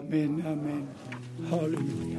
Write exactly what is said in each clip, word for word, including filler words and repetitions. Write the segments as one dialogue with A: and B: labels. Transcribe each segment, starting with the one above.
A: Amen, Amen. Halleluja.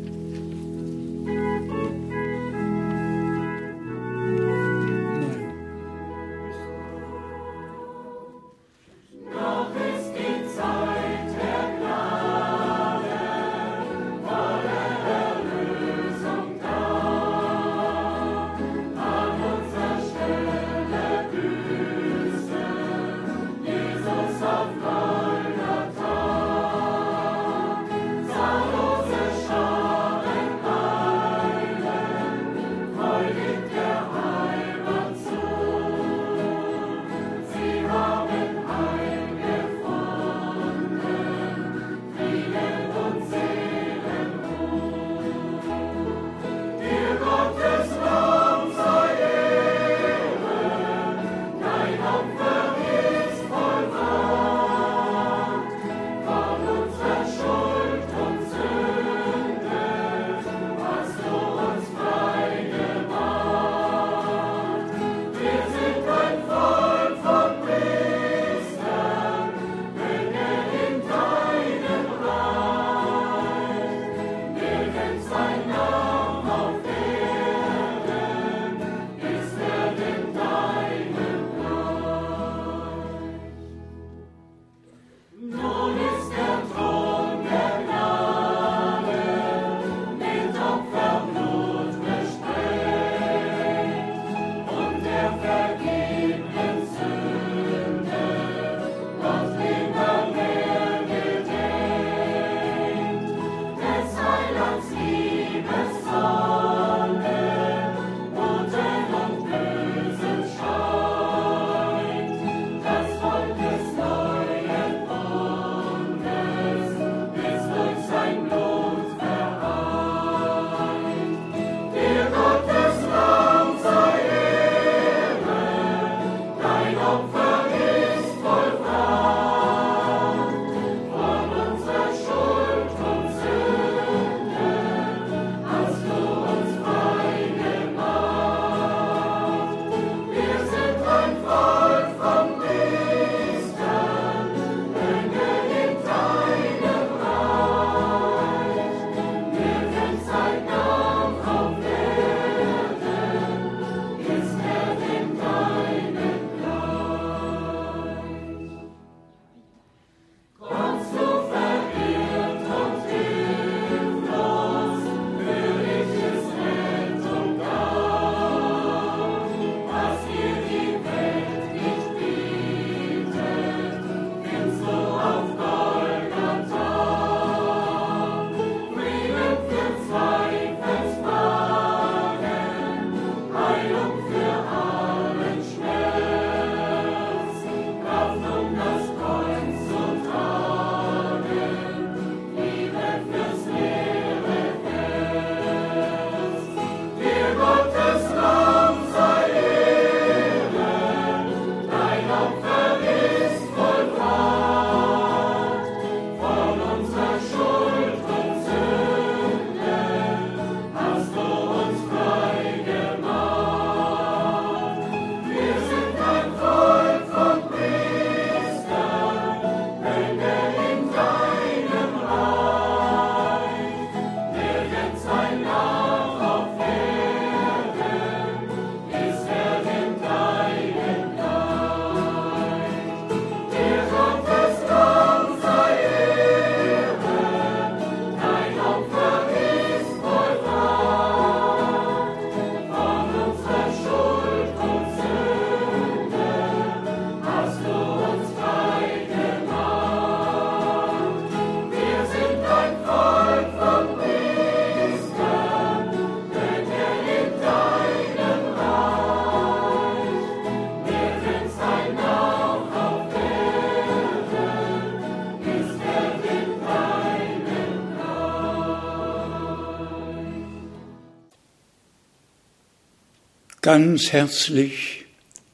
A: Ganz herzlich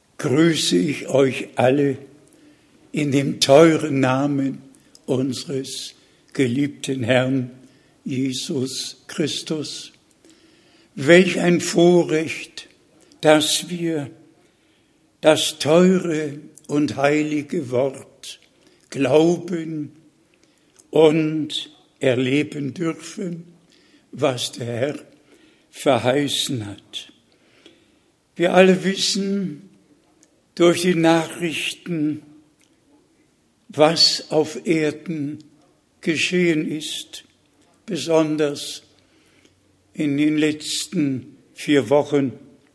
A: grüße ich euch alle in dem teuren Namen unseres geliebten Herrn Jesus Christus. Welch ein Vorrecht, dass wir das teure und heilige Wort glauben und erleben dürfen, was der Herr verheißen hat. Wir alle wissen durch die Nachrichten, was auf Erden geschehen ist, besonders in den letzten vier Wochen.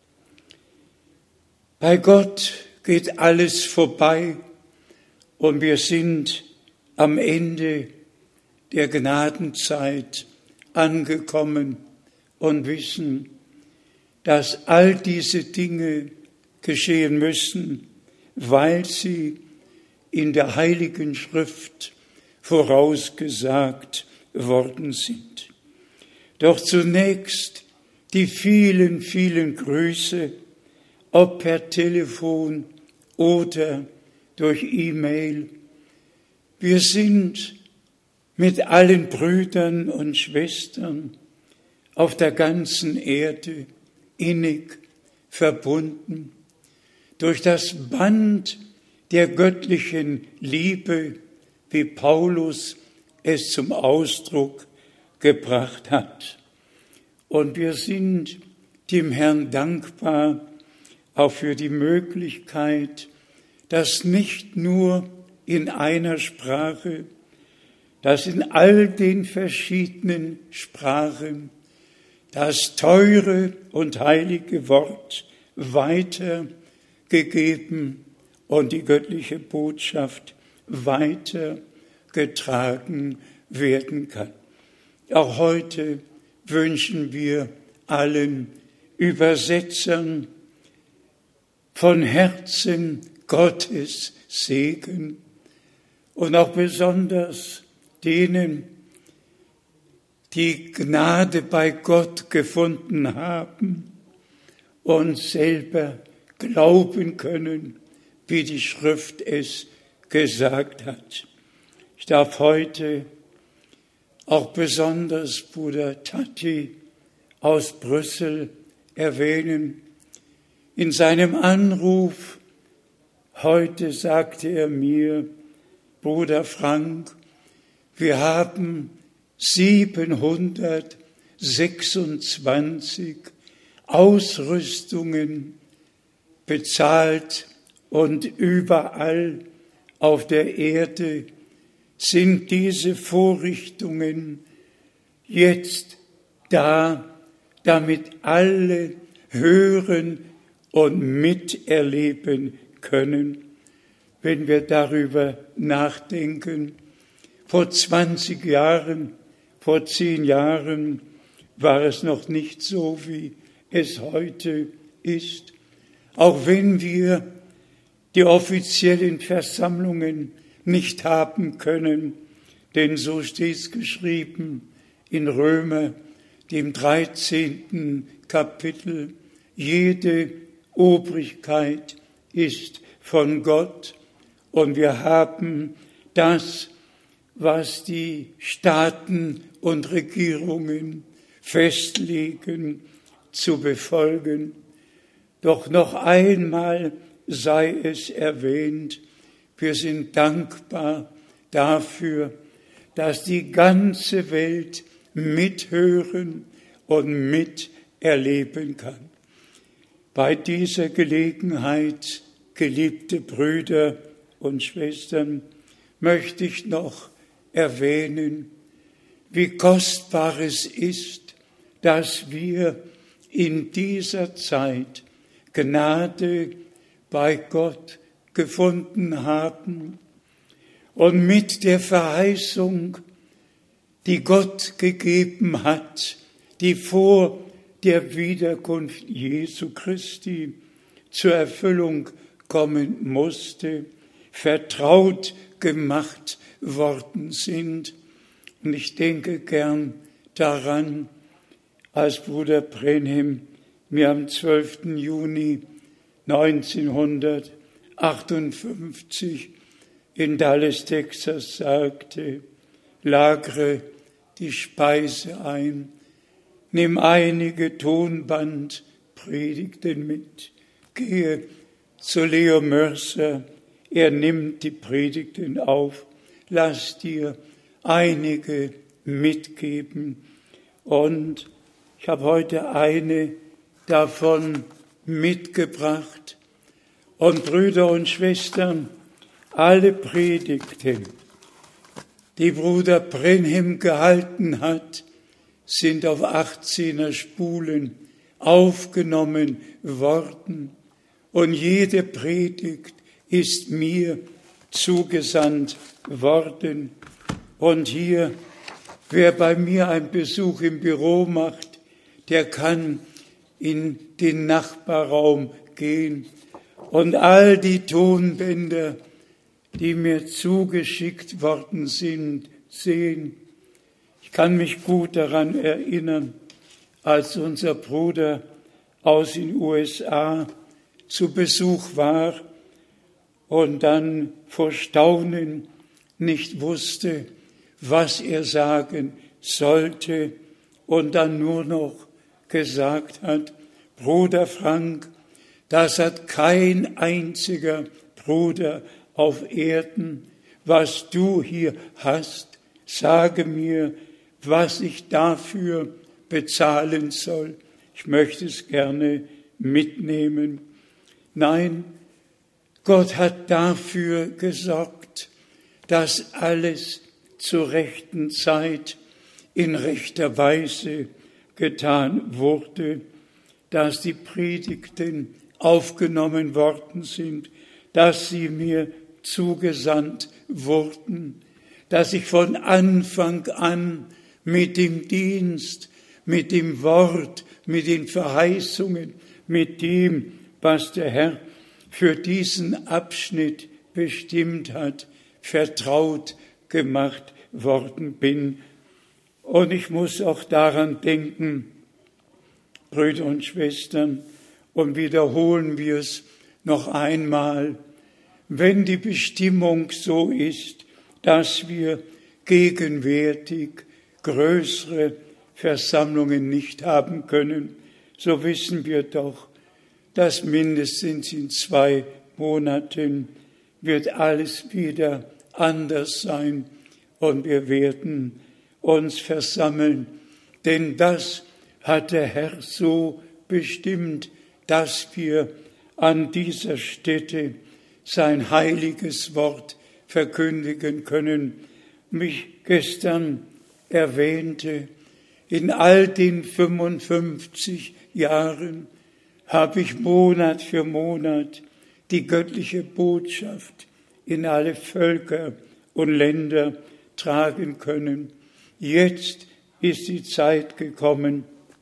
A: Bei Gott geht alles vorbei und wir sind am Ende der Gnadenzeit angekommen und wissen, dass all diese Dinge geschehen müssen, weil sie in der Heiligen Schrift vorausgesagt worden sind. Doch zunächst die vielen, vielen Grüße, ob per Telefon oder durch E-Mail. Wir sind mit allen Brüdern und Schwestern auf der ganzen Erde innig verbunden durch das Band der göttlichen Liebe, wie Paulus es zum Ausdruck gebracht hat. Und wir sind dem Herrn dankbar auch für die Möglichkeit, dass nicht nur in einer Sprache, dass in all den verschiedenen Sprachen das teure und heilige Wort weitergegeben und die göttliche Botschaft weitergetragen werden kann. Auch heute wünschen wir allen Übersetzern von Herzen Gottes Segen und auch besonders denen, die Gnade bei Gott gefunden haben und selber glauben können, wie die Schrift es gesagt hat. Ich darf heute auch besonders Bruder Tati aus Brüssel erwähnen. In seinem Anruf heute sagte er mir, Bruder Frank, wir haben siebenhundertsechsundzwanzig Ausrüstungen bezahlt und überall auf der Erde sind diese Vorrichtungen jetzt da, damit alle hören und miterleben können. Wenn wir darüber nachdenken, vor zwanzig Jahren, vor zehn Jahren war es noch nicht so, wie es heute ist. Auch wenn wir die offiziellen Versammlungen nicht haben können, denn so steht es geschrieben in Römer, dem dreizehnten Kapitel, jede Obrigkeit ist von Gott und wir haben das, was die Staaten und Regierungen festlegen, zu befolgen. Doch noch einmal sei es erwähnt, wir sind dankbar dafür, dass die ganze Welt mithören und miterleben kann. Bei dieser Gelegenheit, geliebte Brüder und Schwestern, möchte ich noch erwähnen, wie kostbar es ist, dass wir in dieser Zeit Gnade bei Gott gefunden haben und mit der Verheißung, die Gott gegeben hat, die vor der Wiederkunft Jesu Christi zur Erfüllung kommen musste, vertraut gemacht worden sind. Und ich denke gern daran, als Bruder Brenhem mir am zwölften Juni neunzehnhundertachtundfünfzig in Dallas, Texas sagte, lagere die Speise ein, nimm einige Tonbandpredigten mit, gehe zu Leo Mercer, er nimmt die Predigten auf, lass dir einige mitgeben. Und ich habe heute eine davon mitgebracht. Und Brüder und Schwestern, alle Predigten, die Bruder Brenhem gehalten hat, sind auf achtzehner Spulen aufgenommen worden. Und jede Predigt ist mir zugesandt worden. Und hier, wer bei mir einen Besuch im Büro macht, der kann in den Nachbarraum gehen und all die Tonbänder, die mir zugeschickt worden sind, sehen. Ich kann mich gut daran erinnern, als unser Bruder aus den U S A zu Besuch war und dann vor Staunen nicht wusste, was er sagen sollte und dann nur noch gesagt hat, Bruder Frank, das hat kein einziger Bruder auf Erden, was du hier hast, sage mir, was ich dafür bezahlen soll. Ich möchte es gerne mitnehmen. Nein, Gott hat dafür gesorgt, dass alles zur rechten Zeit in rechter Weise getan wurde, dass die Predigten aufgenommen worden sind, dass sie mir zugesandt wurden, dass ich von Anfang an mit dem Dienst, mit dem Wort, mit den Verheißungen, mit dem, was der Herr für diesen Abschnitt bestimmt hat, vertraut gemacht worden bin. Und ich muss auch daran denken, Brüder und Schwestern, und wiederholen wir es noch einmal, wenn die Bestimmung so ist, dass wir gegenwärtig größere Versammlungen nicht haben können, so wissen wir doch, dass mindestens in zwei Monaten wird alles wieder anders sein und wir werden uns versammeln, denn das hat der Herr so bestimmt, dass wir an dieser Stätte sein heiliges Wort verkündigen können. Mich gestern erwähnte, in all den fünfundfünfzig Jahren habe ich Monat für Monat die göttliche Botschaft in alle Völker und Länder tragen können. Jetzt ist die Zeit gekommen,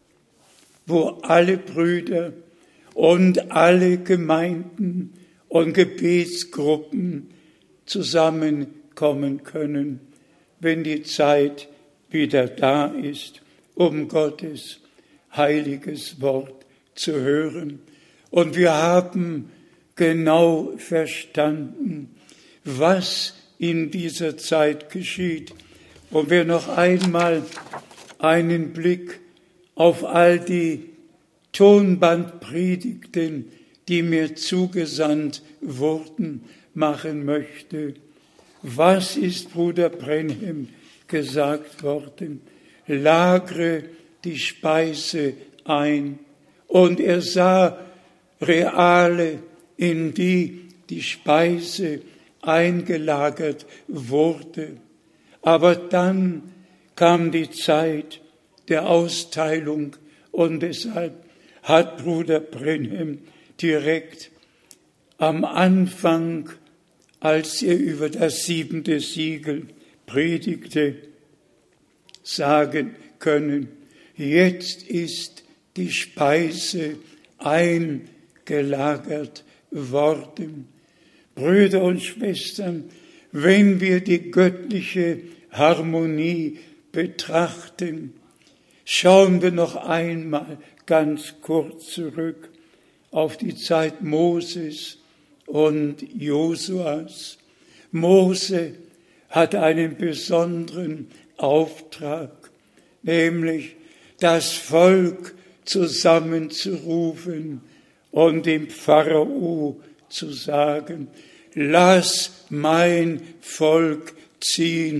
A: wo alle Brüder und alle Gemeinden und Gebetsgruppen zusammenkommen können, wenn die Zeit wieder da ist, um Gottes heiliges Wort zu hören. Und wir haben genau verstanden, was in dieser Zeit geschieht. Und wer noch einmal einen Blick auf all die Tonbandpredigten, die mir zugesandt wurden, machen möchte. Was ist Bruder Brenhem gesagt worden? Lagere die Speise ein. Und er sah Reale, in die die Speise eingelagert wurde. Aber dann kam die Zeit der Austeilung und deshalb hat Bruder Brenhem direkt am Anfang, als er über das siebente Siegel predigte, sagen können, jetzt ist die Speise eingelagert worden. Brüder und Schwestern, wenn wir die göttliche Harmonie betrachten, schauen wir noch einmal ganz kurz zurück auf die Zeit Moses und Josuas. Mose hat einen besonderen Auftrag, nämlich das Volk zusammenzurufen und dem Pharao zu sagen, lass mein Volk ziehen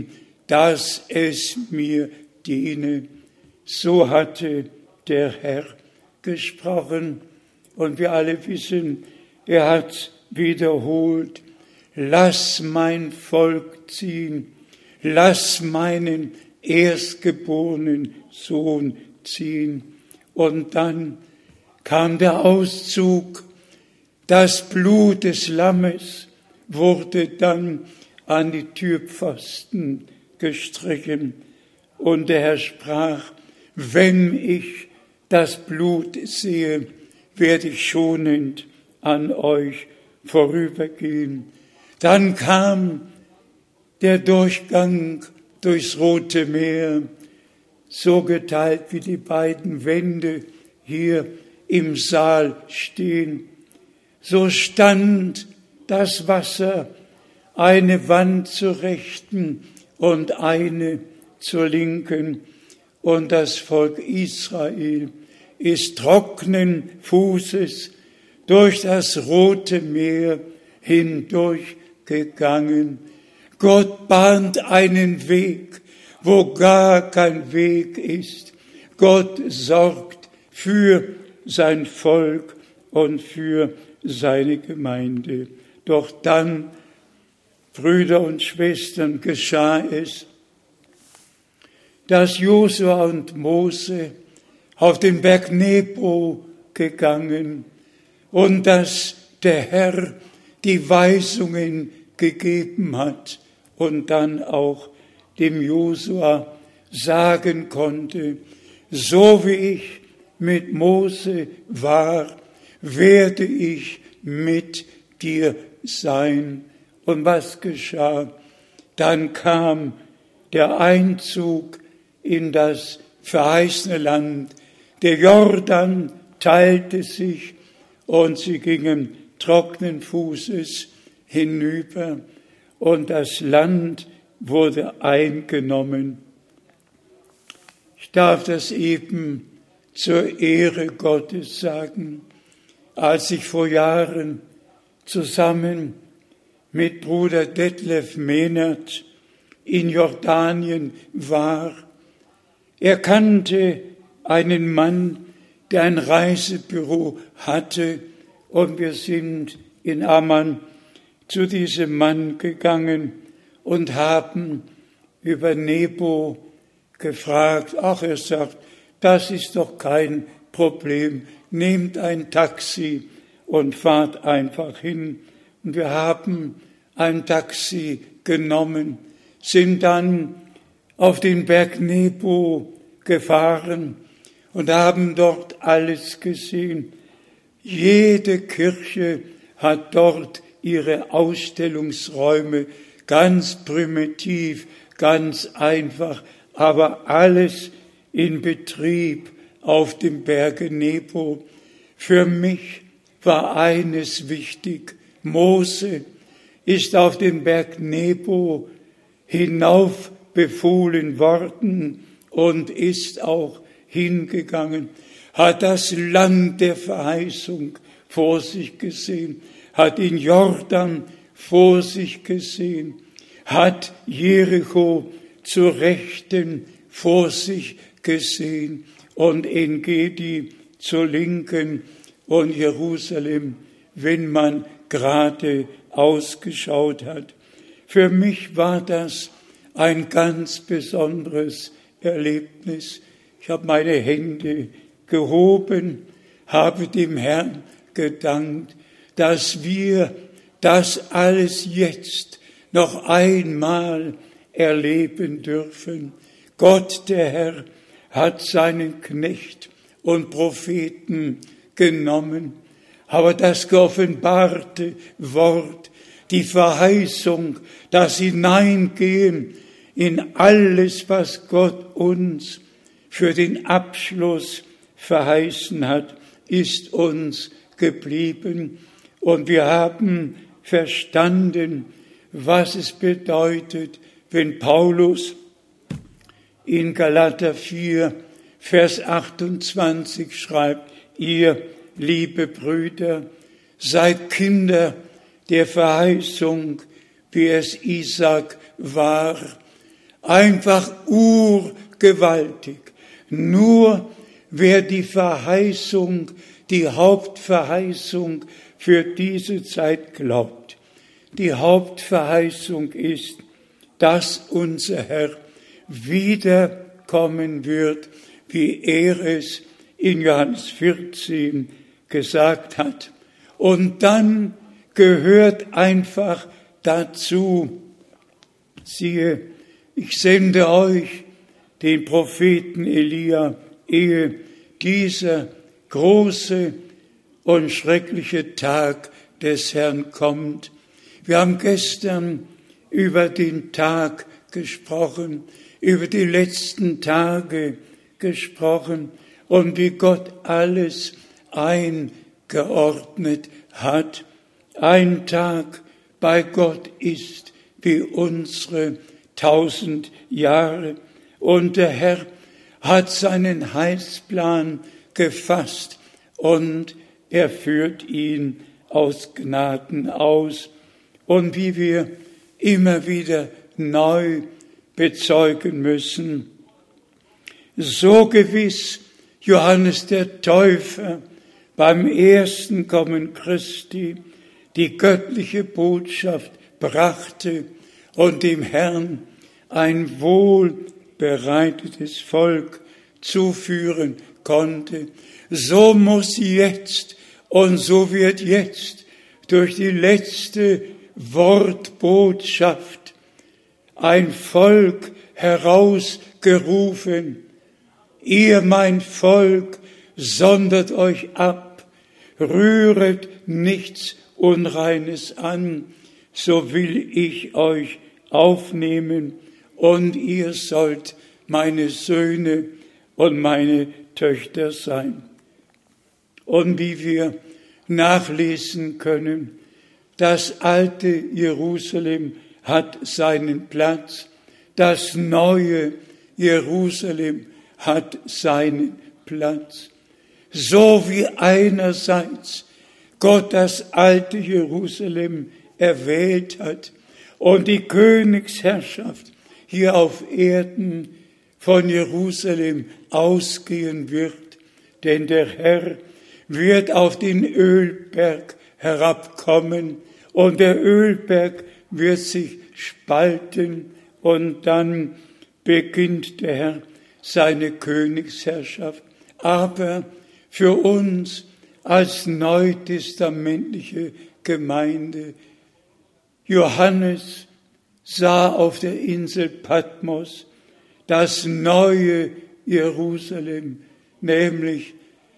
A: dass es mir diene. So hatte der Herr gesprochen. Und wir alle wissen, er hat wiederholt, lass mein Volk ziehen, lass meinen erstgeborenen Sohn ziehen. Und dann kam der Auszug, das Blut des Lammes wurde dann an die Türpfosten gestrichen. Und der Herr sprach, wenn ich das Blut sehe, werde ich schonend an euch vorübergehen. Dann kam der Durchgang durchs Rote Meer, so geteilt wie die beiden Wände hier im Saal stehen. So stand das Wasser, eine Wand zur Rechten und eine zur Linken. Und das Volk Israel ist trockenen Fußes durch das Rote Meer hindurchgegangen. Gott bahnt einen Weg, wo gar kein Weg ist. Gott sorgt für sein Volk und für seine Gemeinde. Doch dann, Brüder und Schwestern, geschah es, dass Josua und Mose auf den Berg Nebo gegangen und dass der Herr die Weisungen gegeben hat und dann auch dem Josua sagen konnte, so wie ich mit Mose war, werde ich mit dir sein. Und was geschah? Dann kam der Einzug in das verheißene Land. Der Jordan teilte sich und sie gingen trockenen Fußes hinüber und das Land wurde eingenommen. Ich darf das eben zur Ehre Gottes sagen. Als ich vor Jahren zusammen mit Bruder Detlef Mehnert in Jordanien war, er kannte einen Mann, der ein Reisebüro hatte, und wir sind in Amman zu diesem Mann gegangen und haben über Nebo gefragt. Ach, er sagt, das ist doch kein Problem. Nehmt ein Taxi und fahrt einfach hin. Und wir haben ein Taxi genommen, sind dann auf den Berg Nebo gefahren und haben dort alles gesehen. Jede Kirche hat dort ihre Ausstellungsräume, ganz primitiv, ganz einfach, aber alles in Betrieb auf dem Berge Nebo. Für mich war eines wichtig. Mose ist auf den Berg Nebo hinauf befohlen worden und ist auch hingegangen, hat das Land der Verheißung vor sich gesehen, hat den Jordan vor sich gesehen, hat Jericho zur Rechten vor sich gesehen und En-Gedi zur Linken und Jerusalem, wenn man gerade ausgeschaut hat. Für mich war das ein ganz besonderes Erlebnis. Ich habe meine Hände gehoben, habe dem Herrn gedankt, dass wir das alles jetzt noch einmal erleben dürfen. Gott, der Herr, hat seinen Knecht und Propheten genommen, aber das geoffenbarte Wort, die Verheißung, das Hineingehen in alles, was Gott uns für den Abschluss verheißen hat, ist uns geblieben. Und wir haben verstanden, was es bedeutet, wenn Paulus in Galater vier, Vers achtundzwanzig schreibt, ihr, liebe Brüder, seid Kinder der Verheißung, wie es Isaak war. einfach urgewaltig. Nur wer die Verheißung, die Hauptverheißung für diese Zeit glaubt. Die Hauptverheißung ist, dass unser Herr wiederkommen wird, wie er es in Johannes vierzehn gesagt hat. Und dann gehört einfach dazu, siehe, ich sende euch den Propheten Elia, ehe dieser große und schreckliche Tag des Herrn kommt. Wir haben gestern über den Tag gesprochen, über die letzten Tage gesprochen und wie Gott alles eingeordnet hat. Ein Tag bei Gott ist wie unsere tausend Jahre. Und der Herr hat seinen Heilsplan gefasst und er führt ihn aus Gnaden aus. Und wie wir immer wieder neu bezeugen müssen, so gewiss Johannes der Täufer beim ersten Kommen Christi die göttliche Botschaft brachte und dem Herrn ein wohlbereitetes Volk zuführen konnte, so muss jetzt und so wird jetzt durch die letzte Wortbotschaft ein Volk herausgerufen. Ihr, mein Volk, sondert euch ab, rühret nichts Unreines an, so will ich euch aufnehmen und ihr sollt meine Söhne und meine Töchter sein. Und wie wir nachlesen können, das alte Jerusalem hat seinen Platz, das neue Jerusalem hat seinen Platz. So wie einerseits Gott das alte Jerusalem erwählt hat und die Königsherrschaft hier auf Erden von Jerusalem ausgehen wird, denn der Herr wird auf den Ölberg herabkommen und der Ölberg wird sich spalten und dann beginnt der Herr seine Königsherrschaft. Aber für uns als neutestamentliche Gemeinde, Johannes sah auf der Insel Patmos das neue Jerusalem, nämlich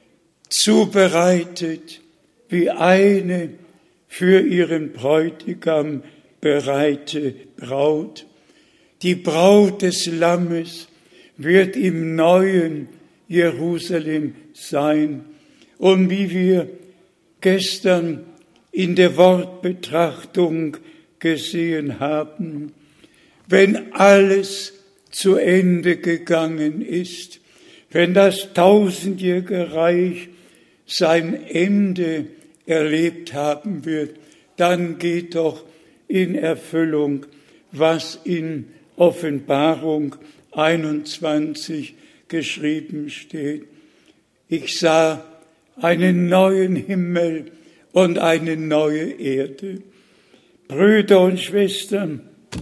A: zubereitet wie eine für ihren Bräutigam bereite Braut. Die Braut des Lammes wird im neuen Jerusalem sein. Und wie wir gestern in der Wortbetrachtung gesehen haben, wenn alles zu Ende gegangen ist, wenn das tausendjährige Reich sein Ende erlebt haben wird, dann geht doch in Erfüllung, was in Offenbarung einundzwanzig geschrieben steht. Ich sah einen neuen Himmel und eine neue Erde. Brüder und Schwestern,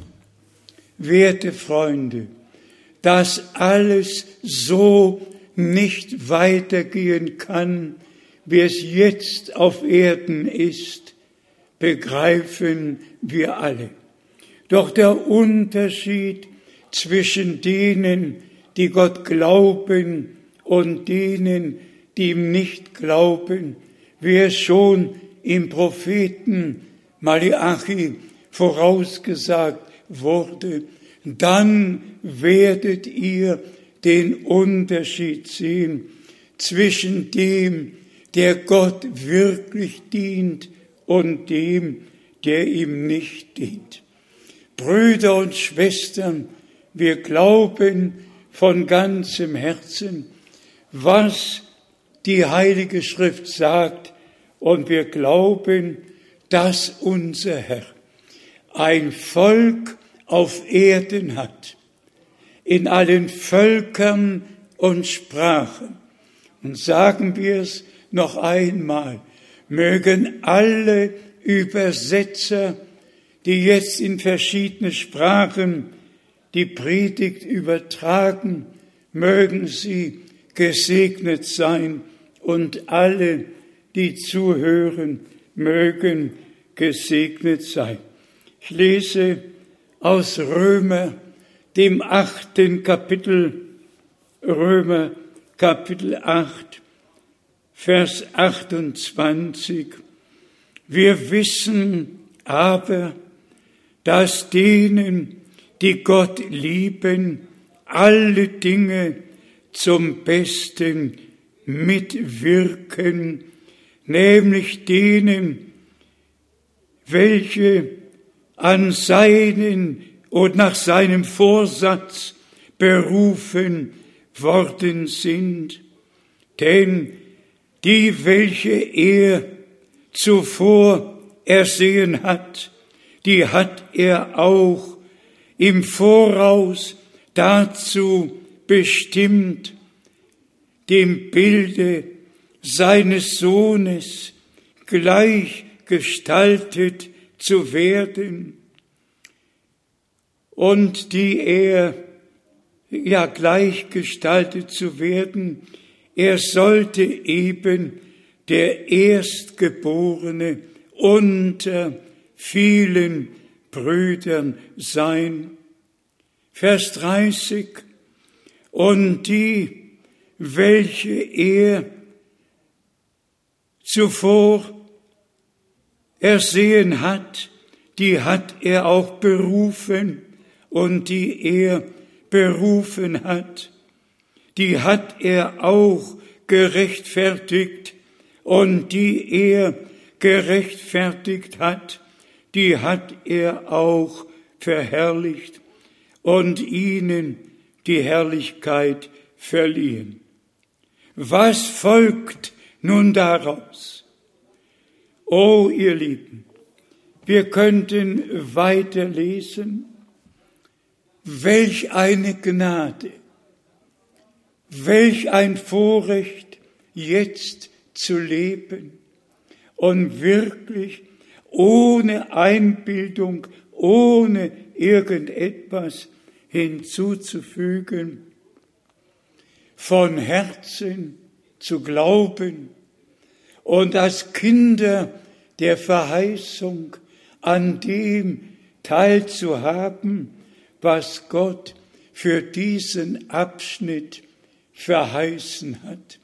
A: werte Freunde, dass alles so nicht weitergehen kann, wie es jetzt auf Erden ist, begreifen wir alle. Doch der Unterschied zwischen denen, die Gott glauben, und denen, die ihm nicht glauben, wie es schon im Propheten Malachi vorausgesagt wurde, dann werdet ihr den Unterschied sehen zwischen dem, der Gott wirklich dient, und dem, der ihm nicht dient. Brüder und Schwestern, wir glauben von ganzem Herzen, was die Heilige Schrift sagt, und wir glauben, dass unser Herr ein Volk auf Erden hat, in allen Völkern und Sprachen. Und sagen wir es noch einmal, mögen alle Übersetzer, die jetzt in verschiedene Sprachen die Predigt übertragen, mögen sie gesegnet sein und alle, die zuhören, mögen gesegnet sein. Ich lese aus Römer, dem achten Kapitel, Römer Kapitel acht, Vers achtundzwanzig. Wir wissen aber, dass denen, die Gott lieben, alle Dinge zum Besten mitwirken, nämlich denen, welche an seinen und nach seinem Vorsatz berufen worden sind. Denn die, welche er zuvor ersehen hat, die hat er auch im Voraus dazu bestimmt, dem Bilde seines Sohnes gleichgestaltet zu werden, und die er, ja, gleichgestaltet zu werden, er sollte eben der Erstgeborene unter vielen Brüdern sein. Vers dreißig. Und die, welche er zuvor ersehen hat, die hat er auch berufen, und die er berufen hat, die hat er auch gerechtfertigt, und die er gerechtfertigt hat, die hat er auch verherrlicht und ihnen die Herrlichkeit verliehen. Was folgt nun daraus? Oh, ihr Lieben, wir könnten weiterlesen. Welch eine Gnade, welch ein Vorrecht, jetzt zu leben und wirklich ohne Einbildung, ohne irgendetwas hinzuzufügen, von Herzen zu glauben und als Kinder der Verheißung an dem teilzuhaben, was Gott für diesen Abschnitt verheißen hat.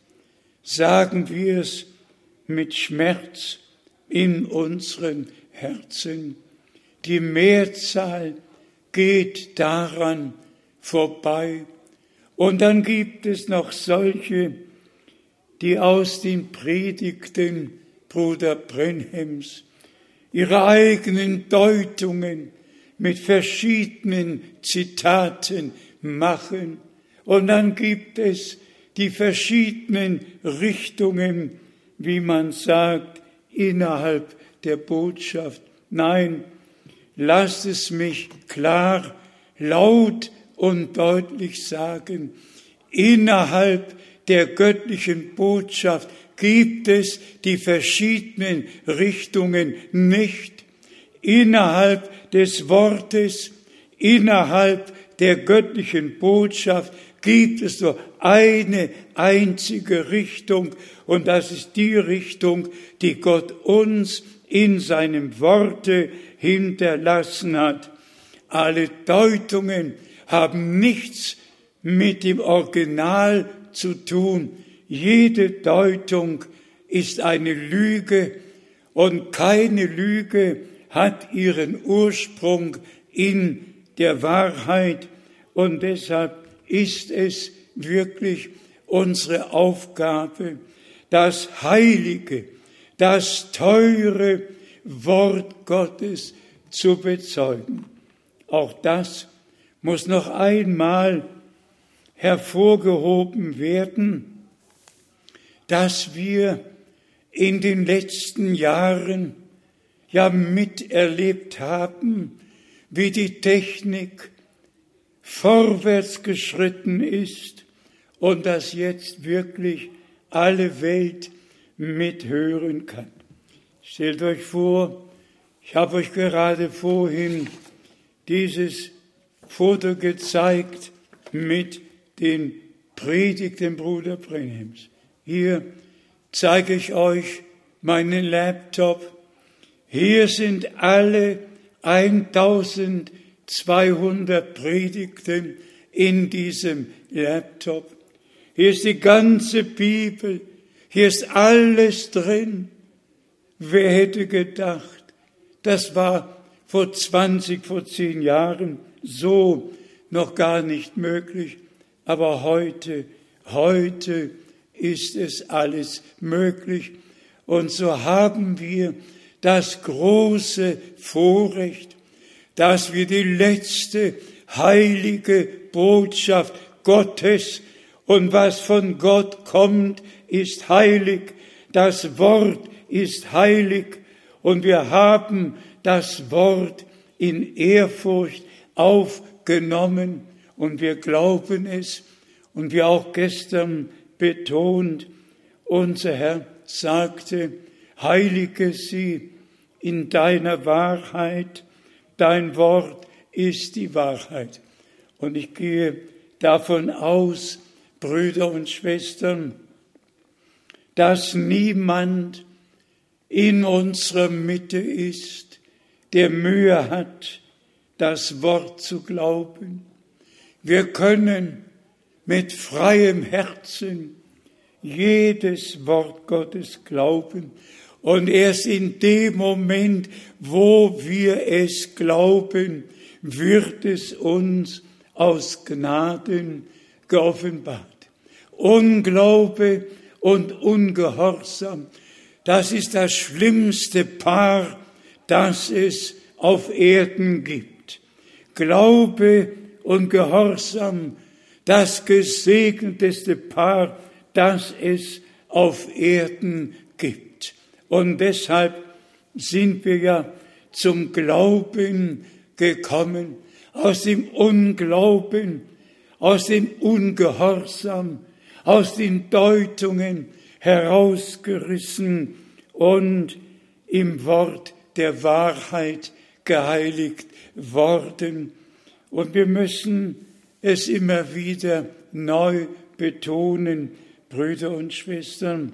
A: Sagen wir es mit Schmerz in unseren Herzen. Die Mehrzahl geht daran vorbei. Und dann gibt es noch solche, die aus den Predigten Bruder Brenhems ihre eigenen Deutungen mit verschiedenen Zitaten machen. Und dann gibt es die verschiedenen Richtungen, wie man sagt, innerhalb der Botschaft. Nein, lasst es mich klar, laut und deutlich sagen, innerhalb der göttlichen Botschaft gibt es die verschiedenen Richtungen nicht. Innerhalb des Wortes, innerhalb der göttlichen Botschaft gibt es nur eine einzige Richtung, und das ist die Richtung, die Gott uns in seinem Worte hinterlassen hat. Alle Deutungen haben nichts mit dem Original zu tun. Jede Deutung ist eine Lüge, und keine Lüge hat ihren Ursprung in der Wahrheit, und deshalb ist es wirklich unsere Aufgabe, das heilige, das teure Wort Gottes zu bezeugen. Auch das muss noch einmal hervorgehoben werden, dass wir in den letzten Jahren ja miterlebt haben, wie die Technik vorwärts geschritten ist und das jetzt wirklich alle Welt mithören kann. Stellt euch vor, ich habe euch gerade vorhin dieses Foto gezeigt mit den Predigten Bruder Brenheims. Hier zeige ich euch meinen Laptop. Hier sind alle eintausendzweihundert Predigten in diesem Laptop. Hier ist die ganze Bibel. Hier ist alles drin. Wer hätte gedacht, das war vor zwanzig, vor zehn Jahren so noch gar nicht möglich. Aber heute, heute ist es alles möglich. Und so haben wir das große Vorrecht, dass wir die letzte heilige Botschaft Gottes und was von Gott kommt, ist heilig. Das Wort ist heilig und wir haben das Wort in Ehrfurcht aufgenommen und wir glauben es. Und wie auch gestern betont, unser Herr sagte, heilige sie in deiner Wahrheit, dein Wort ist die Wahrheit. Und ich gehe davon aus, Brüder und Schwestern, dass niemand in unserer Mitte ist, der Mühe hat, das Wort zu glauben. Wir können mit freiem Herzen jedes Wort Gottes glauben. Und erst in dem Moment, wo wir es glauben, wird es uns aus Gnaden geoffenbart. Unglaube und Ungehorsam, das ist das schlimmste Paar, das es auf Erden gibt. Glaube und Gehorsam, das gesegneteste Paar, das es auf Erden gibt. Und deshalb sind wir ja zum Glauben gekommen, aus dem Unglauben, aus dem Ungehorsam, aus den Deutungen herausgerissen und im Wort der Wahrheit geheiligt worden. Und wir müssen es immer wieder neu betonen, Brüder und Schwestern,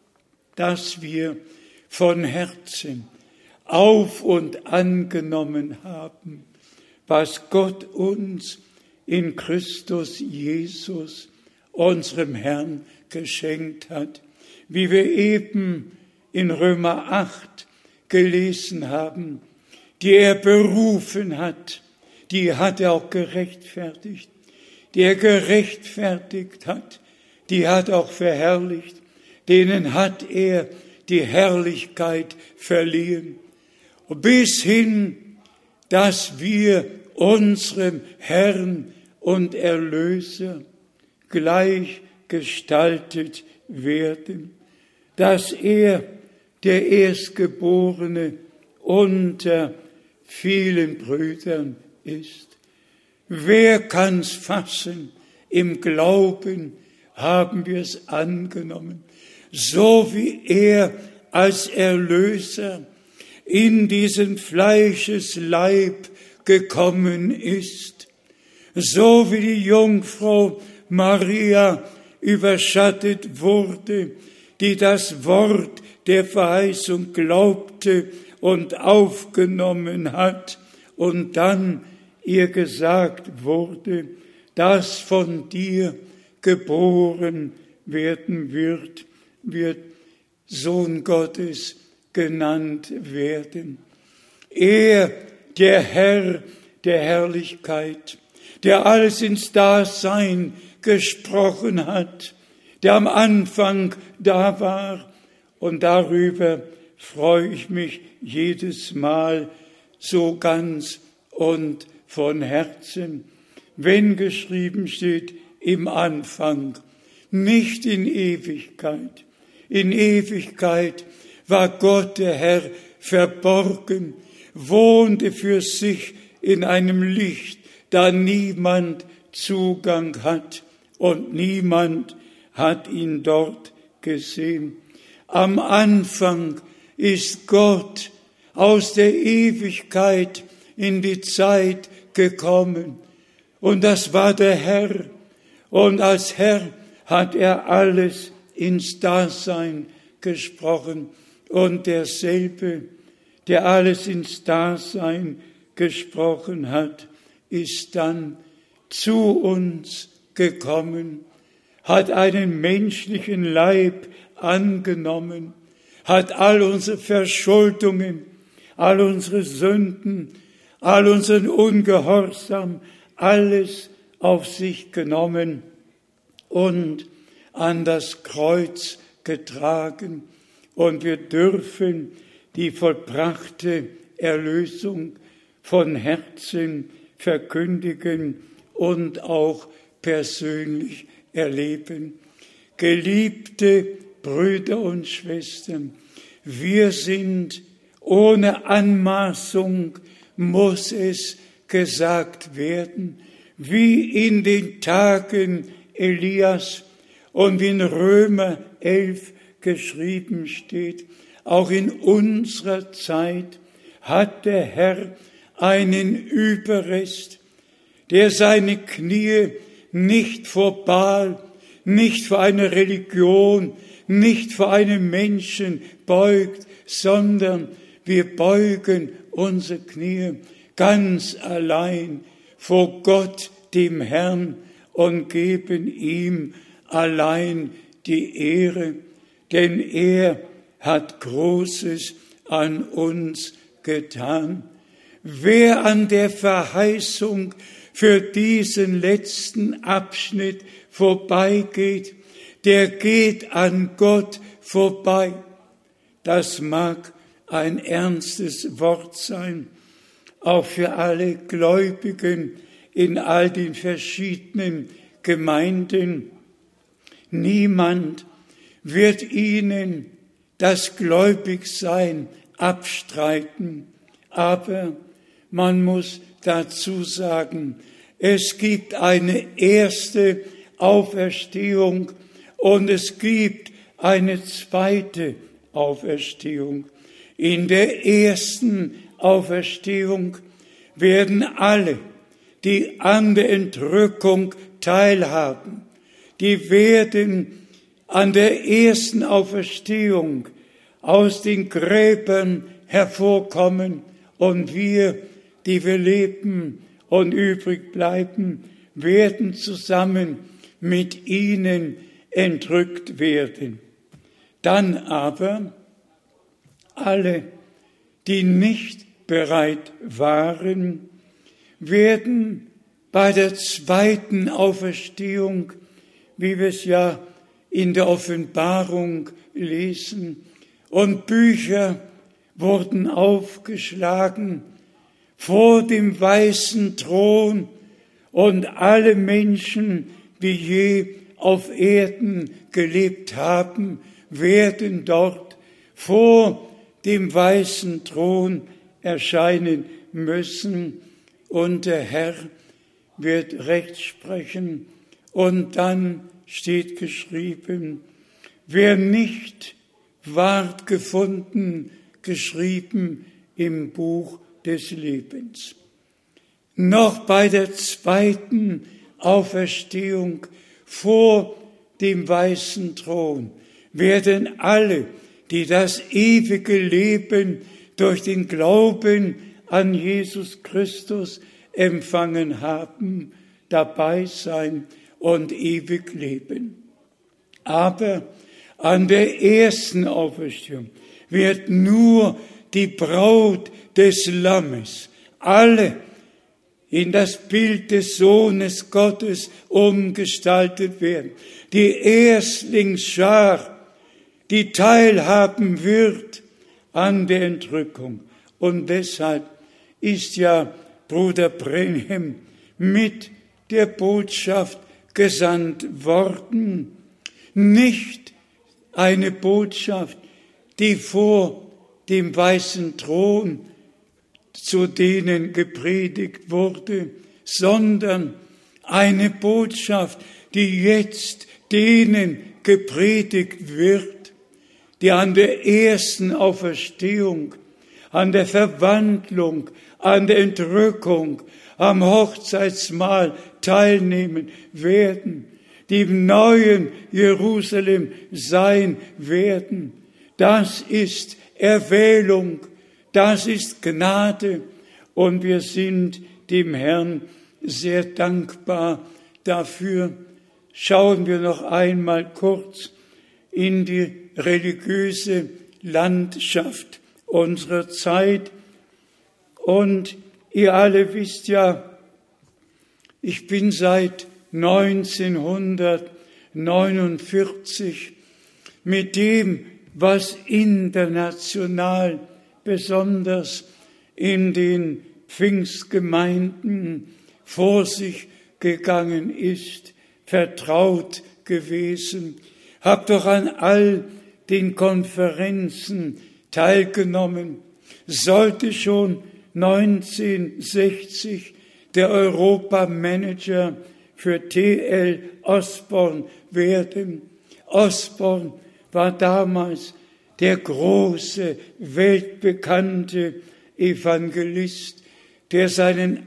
A: dass wir von Herzen auf und angenommen haben, was Gott uns in Christus Jesus, unserem Herrn, geschenkt hat. Wie wir eben in Römer acht gelesen haben, die er berufen hat, die hat er auch gerechtfertigt. Die er gerechtfertigt hat, die hat auch verherrlicht. Denen hat er die Herrlichkeit verliehen. Bis hin, dass wir unserem Herrn und Erlöser gleich gestaltet werden, dass er der Erstgeborene unter vielen Brüdern ist. Wer kann's fassen? Im Glauben haben wir es angenommen. So wie er als Erlöser in diesen Fleischesleib gekommen ist, so wie die Jungfrau Maria überschattet wurde, die das Wort der Verheißung glaubte und aufgenommen hat und dann ihr gesagt wurde, dass von dir geboren werden wird, wird Sohn Gottes genannt werden. Er, der Herr der Herrlichkeit, der alles ins Dasein gesprochen hat, der am Anfang da war, und darüber freue ich mich jedes Mal so ganz und von Herzen, wenn geschrieben steht im Anfang, nicht in Ewigkeit. In Ewigkeit war Gott der Herr verborgen, wohnte für sich in einem Licht da niemand Zugang hat und niemand hat ihn dort gesehen. Am Anfang ist Gott aus der Ewigkeit in die Zeit gekommen. Und das war der Herr. Und als Herr hat er alles ins Dasein gesprochen. Und derselbe, der alles ins Dasein gesprochen hat, ist dann zu uns gekommen, hat einen menschlichen Leib angenommen, hat all unsere Verschuldungen, all unsere Sünden, all unseren Ungehorsam, alles auf sich genommen und an das Kreuz getragen. Und wir dürfen die vollbrachte Erlösung von Herzen verkündigen und auch persönlich erleben. Geliebte Brüder und Schwestern, wir sind ohne Anmaßung, muss es gesagt werden, wie in den Tagen Elias und wie in Römer elf geschrieben steht, auch in unserer Zeit hat der Herr einen Überrest, der seine Knie nicht vor Baal, nicht vor einer Religion, nicht vor einem Menschen beugt, sondern wir beugen unsere Knie ganz allein vor Gott, dem Herrn, und geben ihm allein die Ehre, denn er hat Großes an uns getan. Wer an der Verheißung für diesen letzten Abschnitt vorbeigeht, der geht an Gott vorbei. Das mag ein ernstes Wort sein, auch für alle Gläubigen in all den verschiedenen Gemeinden. Niemand wird ihnen das Gläubigsein abstreiten, aber man muss dazu sagen, es gibt eine erste Auferstehung und es gibt eine zweite Auferstehung. In der ersten Auferstehung werden alle, die an der Entrückung teilhaben, die werden an der ersten Auferstehung aus den Gräbern hervorkommen und wir, die wir leben und übrig bleiben, werden zusammen mit ihnen entrückt werden. Dann aber alle, die nicht bereit waren, werden bei der zweiten Auferstehung, wie wir es ja in der Offenbarung lesen, und Bücher wurden aufgeschlagen vor dem weißen Thron und alle Menschen, die je auf Erden gelebt haben, werden dort vor dem weißen Thron erscheinen müssen und der Herr wird Recht sprechen. Und dann steht geschrieben, wer nicht ward gefunden, geschrieben im Buch des Lebens. Noch bei der zweiten Auferstehung vor dem weißen Thron werden alle, die das ewige Leben durch den Glauben an Jesus Christus empfangen haben, dabei sein und ewig leben. Aber an der ersten Auferstehung wird nur die Braut des Lammes, alle in das Bild des Sohnes Gottes umgestaltet werden. Die Erstlingsschar, die teilhaben wird an der Entrückung. Und deshalb ist ja Bruder Brenhem mit der Botschaft gesandt worden. Nicht eine Botschaft, die vor dem weißen Thron zu denen gepredigt wurde, sondern eine Botschaft, die jetzt denen gepredigt wird, die an der ersten Auferstehung, an der Verwandlung, an der Entrückung, am Hochzeitsmahl teilnehmen werden, die im neuen Jerusalem sein werden. Das ist Erwählung, das ist Gnade und wir sind dem Herrn sehr dankbar dafür. Schauen wir noch einmal kurz in die religiöse Landschaft unserer Zeit. Und ihr alle wisst ja, ich bin seit neunzehnhundertneunundvierzig mit dem, was international, besonders in den Pfingstgemeinden vor sich gegangen ist, vertraut gewesen. Hab doch an all den Konferenzen teilgenommen. Sollte schon neunzehnhundertsechzig der Europamanager für T L Osborn werden. Osborn war damals der große, weltbekannte Evangelist, der seinen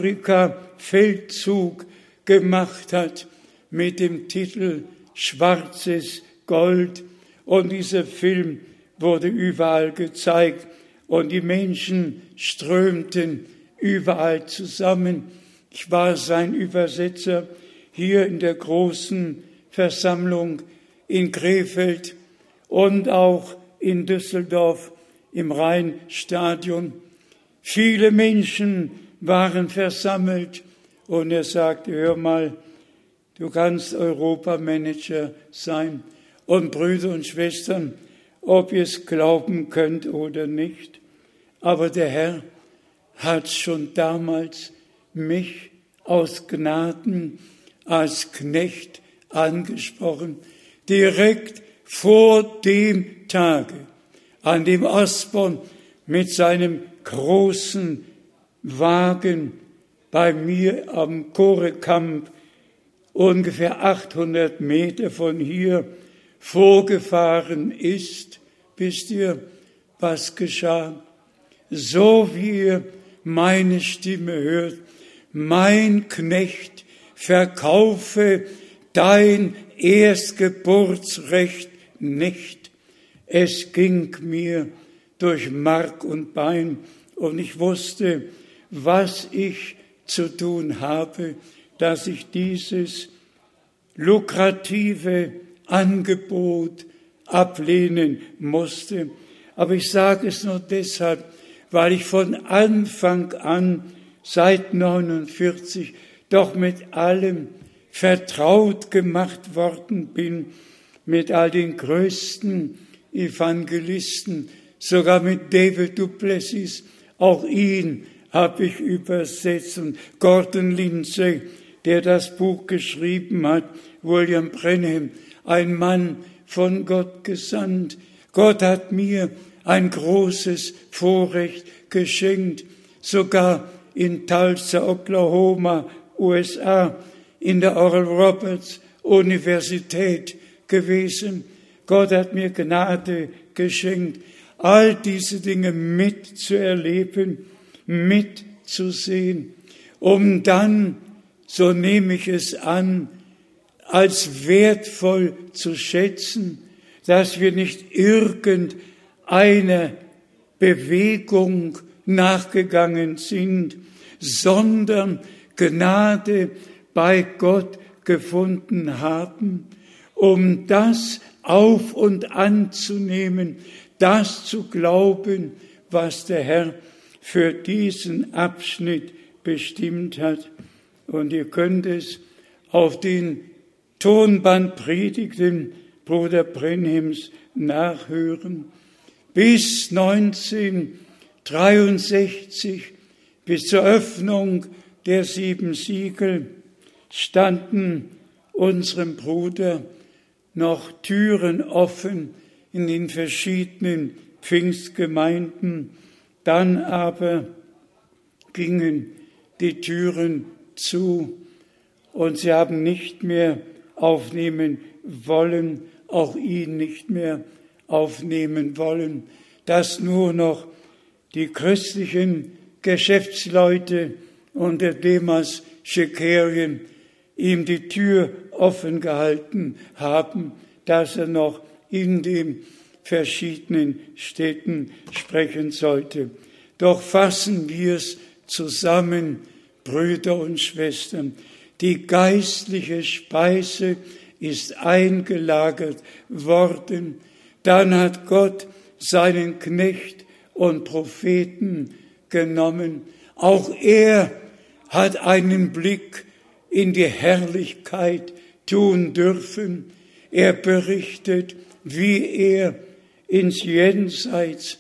A: Afrika-Feldzug gemacht hat mit dem Titel Schwarzes Gold. Und dieser Film wurde überall gezeigt und die Menschen strömten überall zusammen. Ich war sein Übersetzer hier in der großen Versammlung in Krefeld und auch in Düsseldorf im Rheinstadion. Viele Menschen waren versammelt und er sagte, hör mal, du kannst Europamanager sein. Und Brüder und Schwestern, ob ihr es glauben könnt oder nicht, aber der Herr hat schon damals mich aus Gnaden als Knecht angesprochen, direkt vor dem Tage, an dem Osborn mit seinem großen Wagen bei mir am Chorekamp ungefähr achthundert Meter von hier vorgefahren ist. Wisst ihr, was geschah? So wie ihr meine Stimme hört, mein Knecht, verkaufe dein Erstgeburtsrecht nicht. Es ging mir durch Mark und Bein und ich wusste, was ich zu tun habe, dass ich dieses lukrative Angebot ablehnen musste. Aber ich sage es nur deshalb, weil ich von Anfang an, seit neunundvierzig, doch mit allem vertraut gemacht worden bin, mit all den größten Evangelisten, sogar mit David du Plessis, auch ihn habe ich übersetzt, und Gordon Lindsay, der das Buch geschrieben hat, William Branham, ein Mann von Gott gesandt. Gott hat mir ein großes Vorrecht geschenkt, sogar in Tulsa, Oklahoma, U S A, in der Oral Roberts Universität gewesen. Gott hat mir Gnade geschenkt, all diese Dinge mitzuerleben, mitzusehen, um dann, so nehme ich es an, als wertvoll zu schätzen, dass wir nicht irgendeiner Bewegung nachgegangen sind, sondern Gnade bei Gott gefunden haben, um das auf und anzunehmen, das zu glauben, was der Herr für diesen Abschnitt bestimmt hat. Und ihr könnt es auf den Tonbandpredigten Bruder Branhams nachhören. Bis neunzehnhundertdreiundsechzig, bis zur Öffnung der sieben Siegel, standen unserem Bruder noch Türen offen in den verschiedenen Pfingstgemeinden. Dann aber gingen die Türen zu und sie haben nicht mehr aufnehmen wollen, auch ihn nicht mehr aufnehmen wollen, dass nur noch die christlichen Geschäftsleute unter Demas Schekerien ihm die Tür offen gehalten haben, dass er noch in den verschiedenen Städten sprechen sollte. Doch fassen wir es zusammen, Brüder und Schwestern. Die geistliche Speise ist eingelagert worden. Dann hat Gott seinen Knecht und Propheten genommen. Auch er hat einen Blick in die Herrlichkeit tun dürfen. Er berichtet, wie er ins Jenseits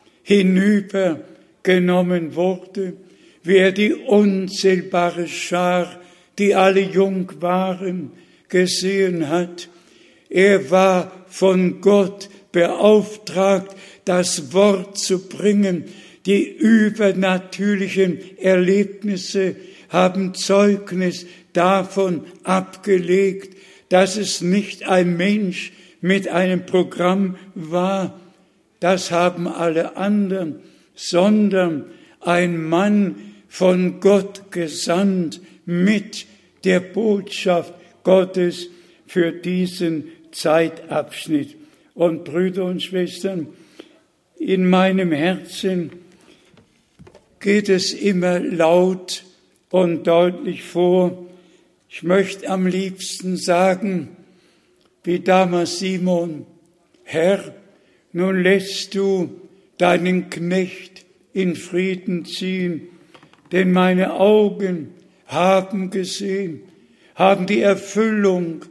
A: hinübergenommen wurde, wie er die unzählbare Schar, die alle jung waren, gesehen hat. Er war von Gott beauftragt, das Wort zu bringen. Die übernatürlichen Erlebnisse haben Zeugnis davon abgelegt, dass es nicht ein Mensch mit einem Programm war, das haben alle anderen, sondern ein Mann von Gott gesandt mit der Botschaft Gottes für diesen Zeitabschnitt. Und Brüder und Schwestern, in meinem Herzen geht es immer laut und deutlich vor. Ich möchte am liebsten sagen, wie damals Simon: Herr, nun lässt du deinen Knecht in Frieden ziehen, denn meine Augen haben gesehen, haben die Erfüllung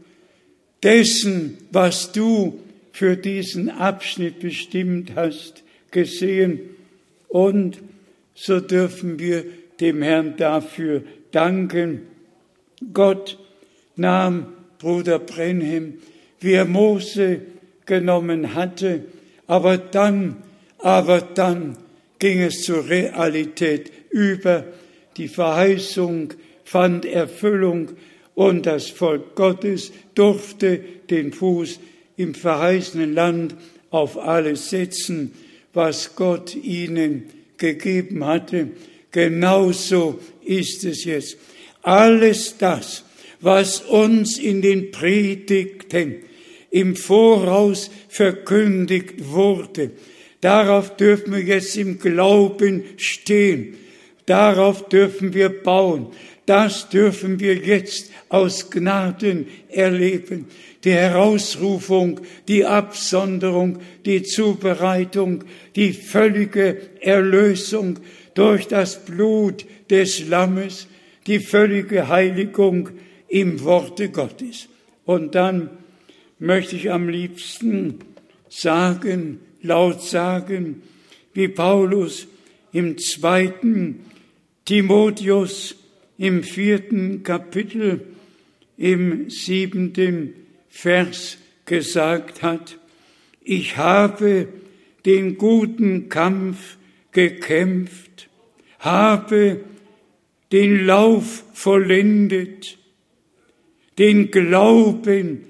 A: dessen, was du für diesen Abschnitt bestimmt hast, gesehen. Und so dürfen wir dem Herrn dafür danken. Gott nahm Bruder Brenhem, wie er Mose genommen hatte, aber dann, aber dann ging es zur Realität über. Die Verheißung fand Erfüllung und das Volk Gottes durfte den Fuß im verheißenen Land auf alles setzen, was Gott ihnen gegeben hatte. Genauso ist es jetzt. Alles das, was uns in den Predigten im Voraus verkündigt wurde, darauf dürfen wir jetzt im Glauben stehen. Darauf dürfen wir bauen. Das dürfen wir jetzt aus Gnaden erleben. Die Herausrufung, die Absonderung, die Zubereitung, die völlige Erlösung durch das Blut des Lammes, die völlige Heiligung im Worte Gottes. Und dann möchte ich am liebsten sagen, laut sagen, wie Paulus im zweiten Timotheus im vierten Kapitel im siebenten Vers gesagt hat: Ich habe den guten Kampf gekämpft, habe den Lauf vollendet, den Glauben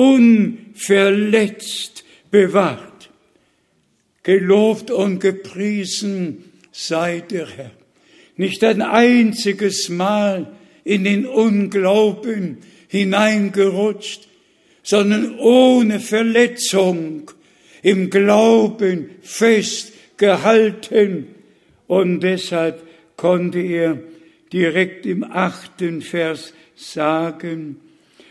A: unverletzt bewahrt. Gelobt und gepriesen sei der Herr. Nicht ein einziges Mal in den Unglauben hineingerutscht, sondern ohne Verletzung im Glauben festgehalten. Und deshalb konnte er direkt im achten Vers sagen: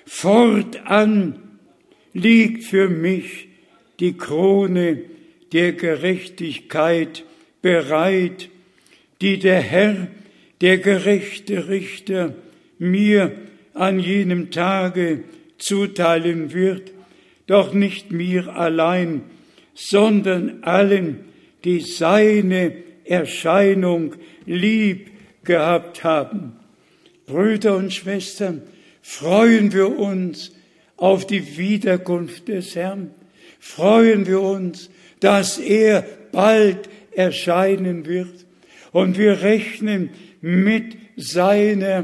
A: Fortan liegt für mich die Krone der Gerechtigkeit bereit, die der Herr, der gerechte Richter, mir an jenem Tage zuteilen wird, doch nicht mir allein, sondern allen, die seine Erscheinung lieb gehabt haben. Brüder und Schwestern, freuen wir uns auf die Wiederkunft des Herrn. Freuen wir uns, dass er bald erscheinen wird. Und wir rechnen mit seiner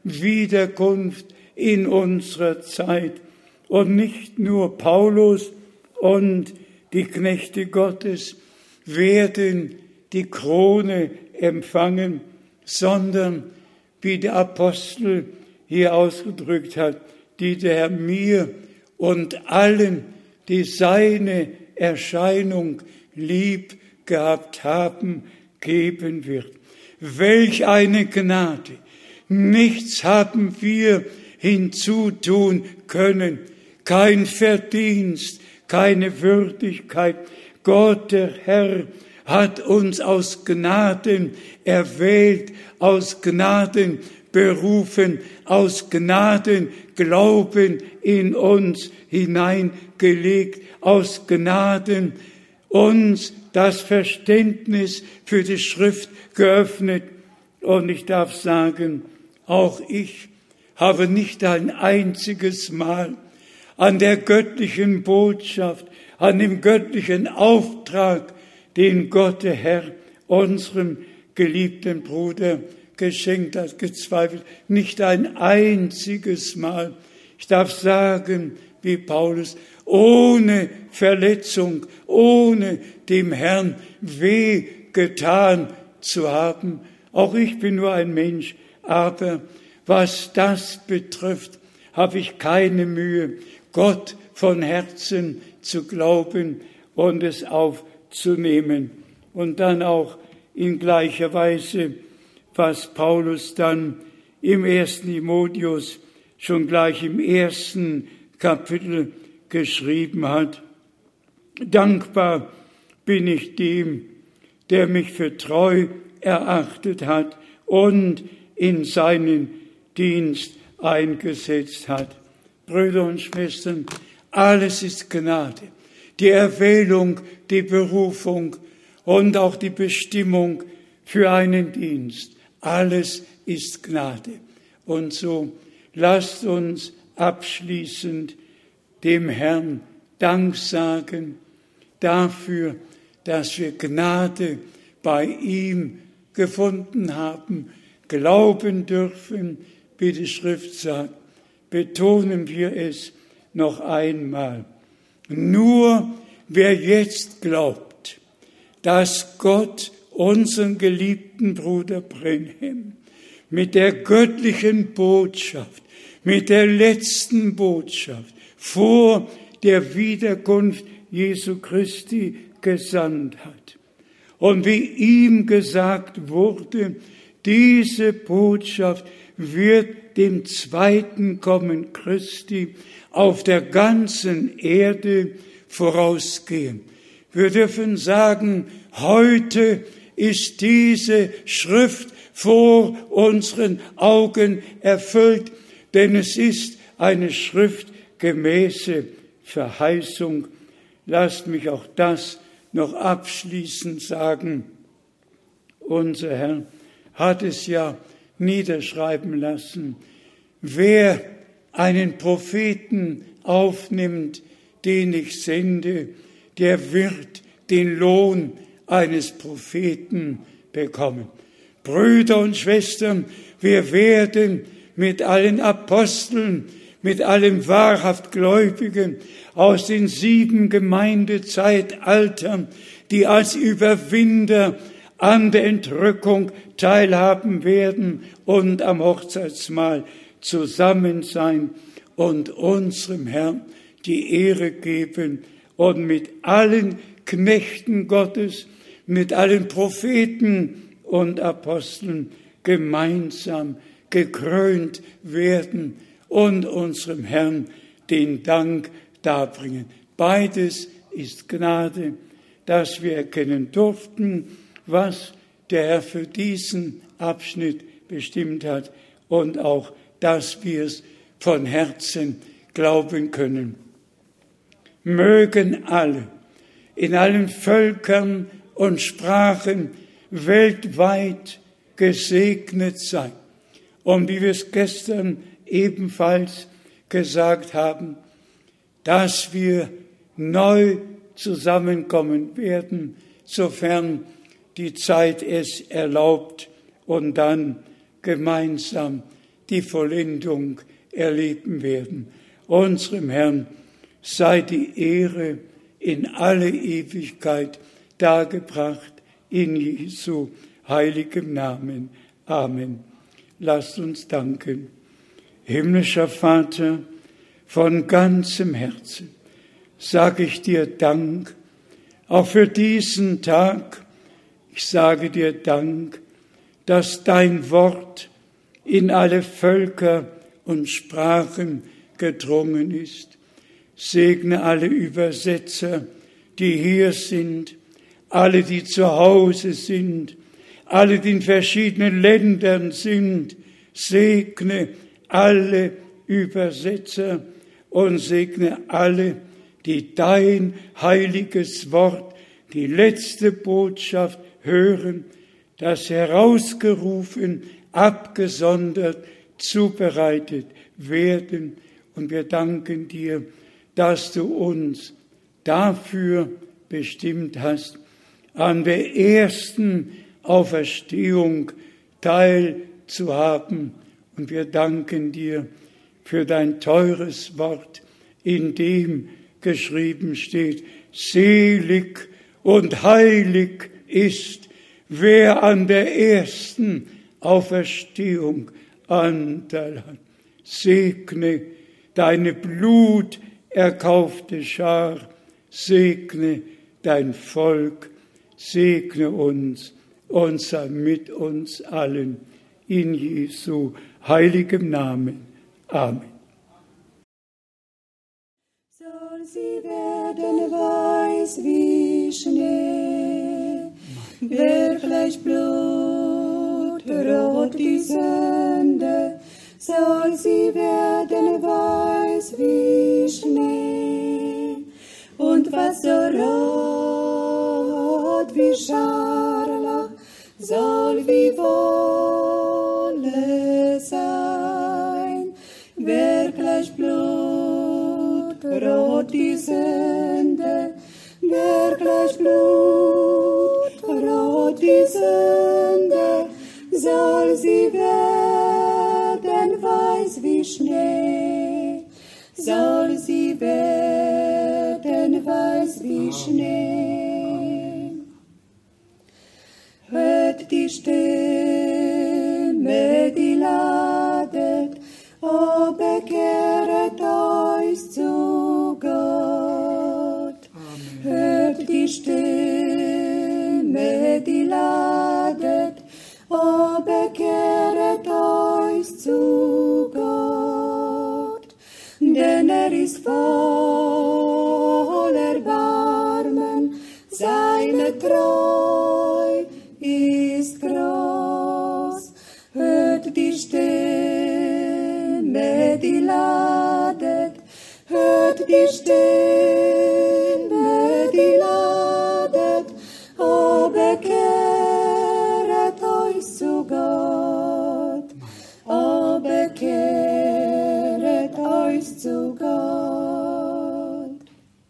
A: Wiederkunft in unserer Zeit. Und nicht nur Paulus und die Knechte Gottes werden die Krone empfangen, sondern, wie der Apostel hier ausgedrückt hat, die der Herr mir und allen, die seine Erscheinung lieb gehabt haben, geben wird. Welch eine Gnade! Nichts haben wir hinzutun können, kein Verdienst, keine Würdigkeit. Gott, der Herr, hat uns aus Gnaden erwählt, aus Gnaden berufen, aus Gnaden Glauben in uns hineingelegt, aus Gnaden uns das Verständnis für die Schrift geöffnet. Und ich darf sagen, auch ich habe nicht ein einziges Mal an der göttlichen Botschaft, an dem göttlichen Auftrag, den Gott, der Herr, unserem geliebten Bruder geschenkt hat, gezweifelt. Nicht ein einziges Mal. Ich darf sagen, wie Paulus, ohne Verletzung, ohne dem Herrn weh getan zu haben. Auch ich bin nur ein Mensch, aber was das betrifft, habe ich keine Mühe, Gott von Herzen zu glauben und es aufzunehmen. Und dann auch in gleicher Weise, was Paulus dann im ersten Timotheus schon gleich im ersten Kapitel geschrieben hat. Dankbar bin ich dem, der mich für treu erachtet hat und in seinen Dienst eingesetzt hat. Brüder und Schwestern, alles ist Gnade. Die Erwählung, die Berufung und auch die Bestimmung für einen Dienst. Alles ist Gnade. Und so lasst uns abschließend dem Herrn Dank sagen dafür, dass wir Gnade bei ihm gefunden haben, glauben dürfen, wie die Schrift sagt. Betonen wir es noch einmal. Nur wer jetzt glaubt, dass Gott unseren geliebten Bruder Brenhem mit der göttlichen Botschaft, mit der letzten Botschaft vor der Wiederkunft Jesu Christi gesandt hat. Und wie ihm gesagt wurde, diese Botschaft wird dem zweiten Kommen Christi auf der ganzen Erde vorausgehen. Wir dürfen sagen, heute ist diese Schrift vor unseren Augen erfüllt, denn es ist eine schriftgemäße Verheißung. Lasst mich auch das noch abschließend sagen. Unser Herr hat es ja niederschreiben lassen. Wer einen Propheten aufnimmt, den ich sende, der wird den Lohn eines Propheten bekommen. Brüder und Schwestern, wir werden mit allen Aposteln, mit allen wahrhaft Gläubigen aus den sieben Gemeindezeitaltern, die als Überwinder an der Entrückung teilhaben werden und am Hochzeitsmahl zusammen sein und unserem Herrn die Ehre geben und mit allen Knechten Gottes, mit allen Propheten und Aposteln gemeinsam gekrönt werden und unserem Herrn den Dank darbringen. Beides ist Gnade, dass wir erkennen durften, was der Herr für diesen Abschnitt bestimmt hat und auch, dass wir es von Herzen glauben können. Mögen alle in allen Völkern und Sprachen weltweit gesegnet sein. Und wie wir es gestern ebenfalls gesagt haben, dass wir neu zusammenkommen werden, sofern die Zeit es erlaubt, und dann gemeinsam die Vollendung erleben werden. Unserem Herrn sei die Ehre in alle Ewigkeit dargebracht, in Jesu heiligem Namen. Amen. Lasst uns danken. Himmlischer Vater, von ganzem Herzen sage ich dir Dank, auch für diesen Tag. Ich sage dir Dank, dass dein Wort in alle Völker und Sprachen gedrungen ist. Segne alle Übersetzer, die hier sind, alle, die zu Hause sind, alle, die in verschiedenen Ländern sind. Segne alle Übersetzer und segne alle, die dein heiliges Wort, die letzte Botschaft hören, das herausgerufen, abgesondert, zubereitet werden. Und wir danken dir, dass du uns dafür bestimmt hast, an der ersten Auferstehung teilzuhaben. Und wir danken dir für dein teures Wort, in dem geschrieben steht, selig und heilig ist, wer an der ersten Auferstehung Anteil hat. Segne deine bluterkaufte Schar, segne dein Volk, segne uns und sei mit uns allen in Jesu heiligem Namen. Amen.
B: Soll sie werden weiß wie Schnee, wirklich blutrot die Sünde, soll sie werden weiß wie Schnee, und was so rot wie Scharlach soll wie Wolle sein, wirklich blutrot die Sünde, wirklich blutrot die Sünde, soll sie werden weiß wie Schnee, soll sie werden weiß wie Schnee. Hört die Stimme, die ladet, o bekehret euch zu Gott. Amen. Hört die Stimme, die ladet, o bekehret euch zu Gott. Denn er ist voll Erbarmen, seine Treu ist groß. Hört die Stimme, die ladet, hört die Stimme, die ladet, o bekehret euch zu Gott, o bekehret euch zu Gott.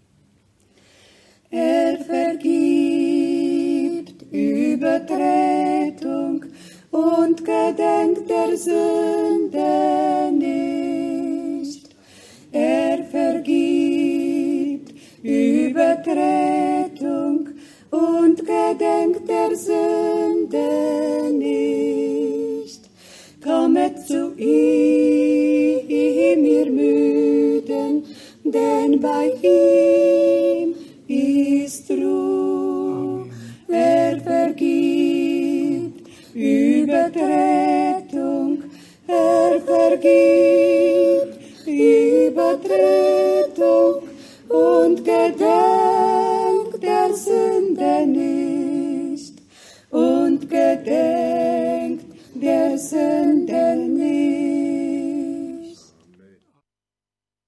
B: Er vergibt Übertretung und gedenkt der Sünde nicht. Er vergibt Übertretung und gedenkt der Sünde nicht. Kommet zu ihm, ihr Müden, denn bei ihm ist Ruhe. Er vergibt Übertretung, er vergibt Übertretung und gedenkt